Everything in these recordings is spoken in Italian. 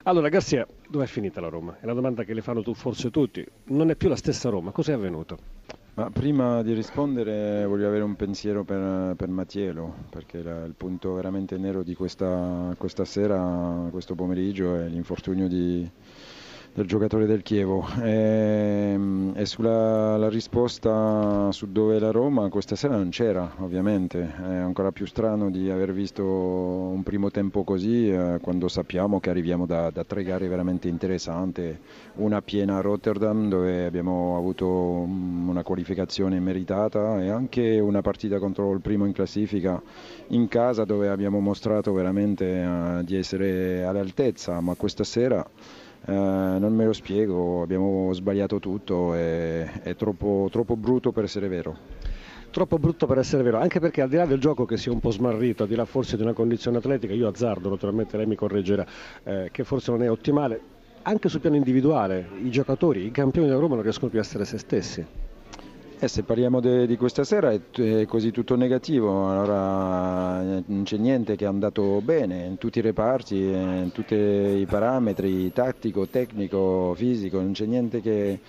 Allora, Garzia, dove è finita la Roma? È la domanda che le fanno tu, forse tutti. Non è più la stessa Roma, cos'è avvenuto? Ma prima di rispondere voglio avere un pensiero per Mattielo, perché il punto veramente nero di questa sera, questo pomeriggio, è l'infortunio del giocatore del Chievo. E sulla la risposta su dove è la Roma, questa sera non c'era, ovviamente. È ancora più strano di aver visto un primo tempo così, quando sappiamo che arriviamo da tre gare veramente interessanti, una piena a Rotterdam dove abbiamo avuto una qualificazione meritata, e anche una partita contro il primo in classifica in casa dove abbiamo mostrato veramente di essere all'altezza, ma questa sera non me lo spiego, abbiamo sbagliato tutto, è troppo brutto per essere vero. Troppo brutto per essere vero, anche perché al di là del gioco che sia un po' smarrito, al di là forse di una condizione atletica, io azzardo, naturalmente lei mi correggerà, che forse non è ottimale, anche sul piano individuale i giocatori, i campioni della Roma non riescono più a essere se stessi. Se parliamo di questa sera è così tutto negativo, allora non c'è niente che è andato bene in tutti i reparti, in tutti i parametri, tattico, tecnico, fisico, non c'è niente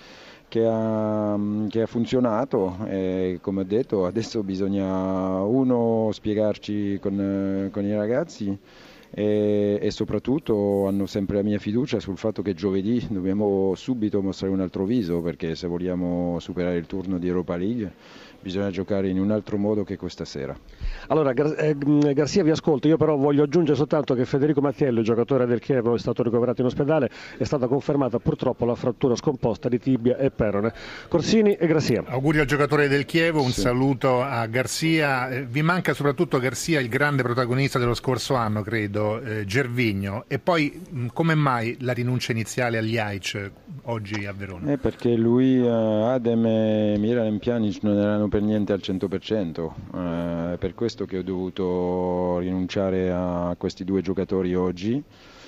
che ha funzionato, e come ho detto adesso bisogna uno spiegarci con i ragazzi, e soprattutto hanno sempre la mia fiducia sul fatto che giovedì dobbiamo subito mostrare un altro viso, perché se vogliamo superare il turno di Europa League bisogna giocare in un altro modo che questa sera. Allora, Garzia vi ascolto, io però voglio aggiungere soltanto che Federico Mattiello, il giocatore del Chievo, è stato ricoverato in ospedale, è stata confermata purtroppo la frattura scomposta di tibia e perone. Corsini e Garzia. Auguri al giocatore del Chievo, un Sì. saluto a Garzia. Vi manca soprattutto Garzia, il grande protagonista dello scorso anno, credo, Gervinho. E poi come mai la rinuncia iniziale agli Aic oggi a Verona? Perché lui, Adem e Miralem Pjanic non erano per niente al 100%, è per questo che ho dovuto rinunciare a questi due giocatori oggi,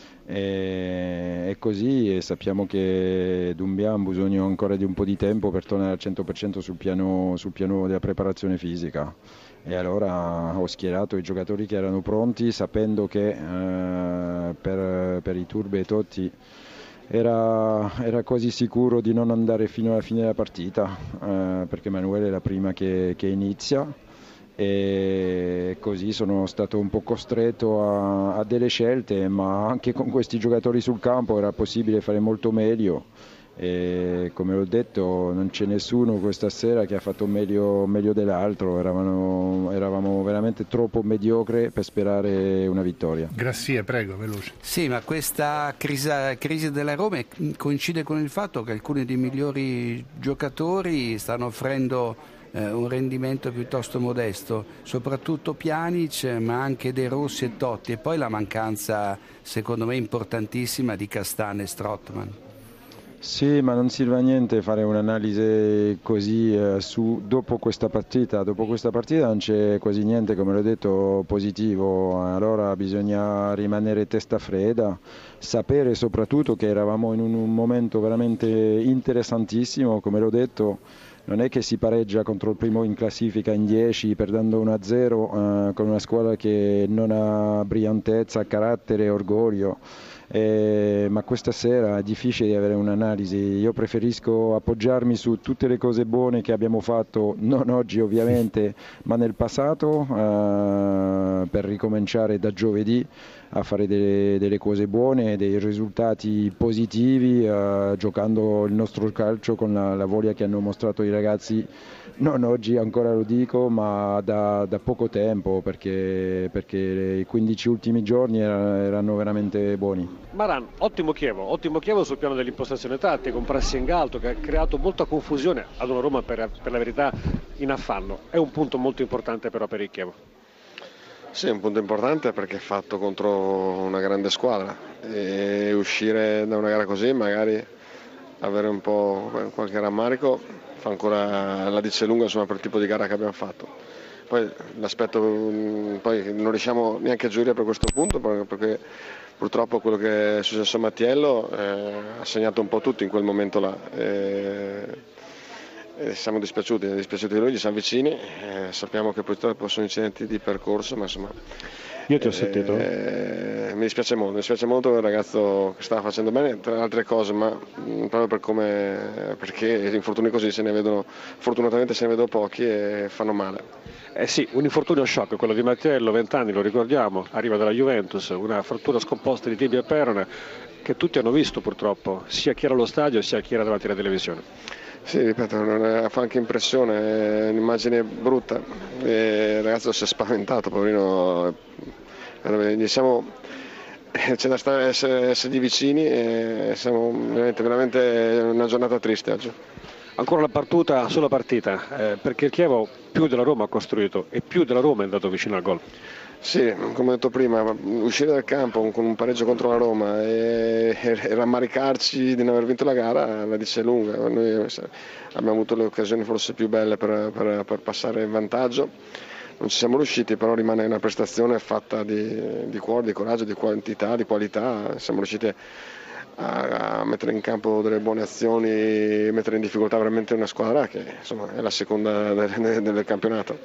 e così, e sappiamo che Doumbia ha bisogno ancora di un po' di tempo per tornare al 100% sul piano della preparazione fisica. E allora ho schierato i giocatori che erano pronti, sapendo che per i Turbe e Totti era quasi sicuro di non andare fino alla fine della partita, perché Emanuele è la prima che inizia, e così sono stato un po' costretto a delle scelte, ma anche con questi giocatori sul campo era possibile fare molto meglio, e come ho detto non c'è nessuno questa sera che ha fatto meglio dell'altro, eravamo veramente troppo mediocre per sperare una vittoria. Grazie, prego, veloce. Sì, ma questa crisi della Roma coincide con il fatto che alcuni dei migliori giocatori stanno offrendo un rendimento piuttosto modesto, soprattutto Pjanic, ma anche De Rossi e Totti, e poi la mancanza, secondo me, importantissima di Castagna e Strootman. Sì, ma non serve a niente fare un'analisi così dopo questa partita. Dopo questa partita non c'è quasi niente, come l'ho detto, positivo. Allora bisogna rimanere testa fredda, sapere soprattutto che eravamo in un momento veramente interessantissimo, come l'ho detto. Non è che si pareggia contro il primo in classifica in 10 perdendo 1-0, con una squadra che non ha brillantezza, carattere e orgoglio. Ma questa sera è difficile di avere un'analisi. Io preferisco appoggiarmi su tutte le cose buone che abbiamo fatto, non oggi ovviamente, ma nel passato, per ricominciare da giovedì a fare delle cose buone, dei risultati positivi, giocando il nostro calcio con la voglia che hanno mostrato i ragazzi, non oggi ancora lo dico, ma da poco tempo, perché i 15 ultimi giorni erano veramente buoni. Maran, ottimo Chievo sul piano dell'impostazione tattica, un pressing alto che ha creato molta confusione ad una Roma per la verità in affanno. È un punto molto importante però per il Chievo. Sì, è un punto importante perché è fatto contro una grande squadra, e uscire da una gara così, magari avere un po' qualche rammarico, fa ancora la dice lunga, insomma, per il tipo di gara che abbiamo fatto. Poi l'aspetto, poi non riusciamo neanche a giurire per questo punto, perché purtroppo quello che è successo a Mattiello ha segnato un po' tutto in quel momento là. Siamo dispiaciuti di lui, gli siamo vicini, sappiamo che purtroppo sono incidenti di percorso, ma insomma Io ti ho sentito. Mi dispiace molto che il ragazzo che stava facendo bene, tra le altre cose, ma proprio perché gli infortuni così fortunatamente se ne vedono pochi e fanno male. Eh sì, un infortunio shock, quello di Mattiello, 20 anni, lo ricordiamo, arriva dalla Juventus, una frattura scomposta di tibia e perone che tutti hanno visto purtroppo, sia chi era allo stadio sia chi era davanti alla televisione. Sì, ripeto, fa anche impressione, è un'immagine brutta, il ragazzo si è spaventato, poverino, c'è da essergli vicini e siamo veramente una giornata triste oggi. Ancora la battuta sulla partita, perché il Chievo più della Roma ha costruito e più della Roma è andato vicino al gol. Sì, come ho detto prima, uscire dal campo con un pareggio contro la Roma e rammaricarci di non aver vinto la gara la dice lunga. Noi abbiamo avuto le occasioni forse più belle per passare in vantaggio, non ci siamo riusciti, però rimane una prestazione fatta di cuore, di coraggio, di quantità, di qualità. Siamo riusciti a mettere in campo delle buone azioni, mettere in difficoltà veramente una squadra che insomma è la seconda del campionato.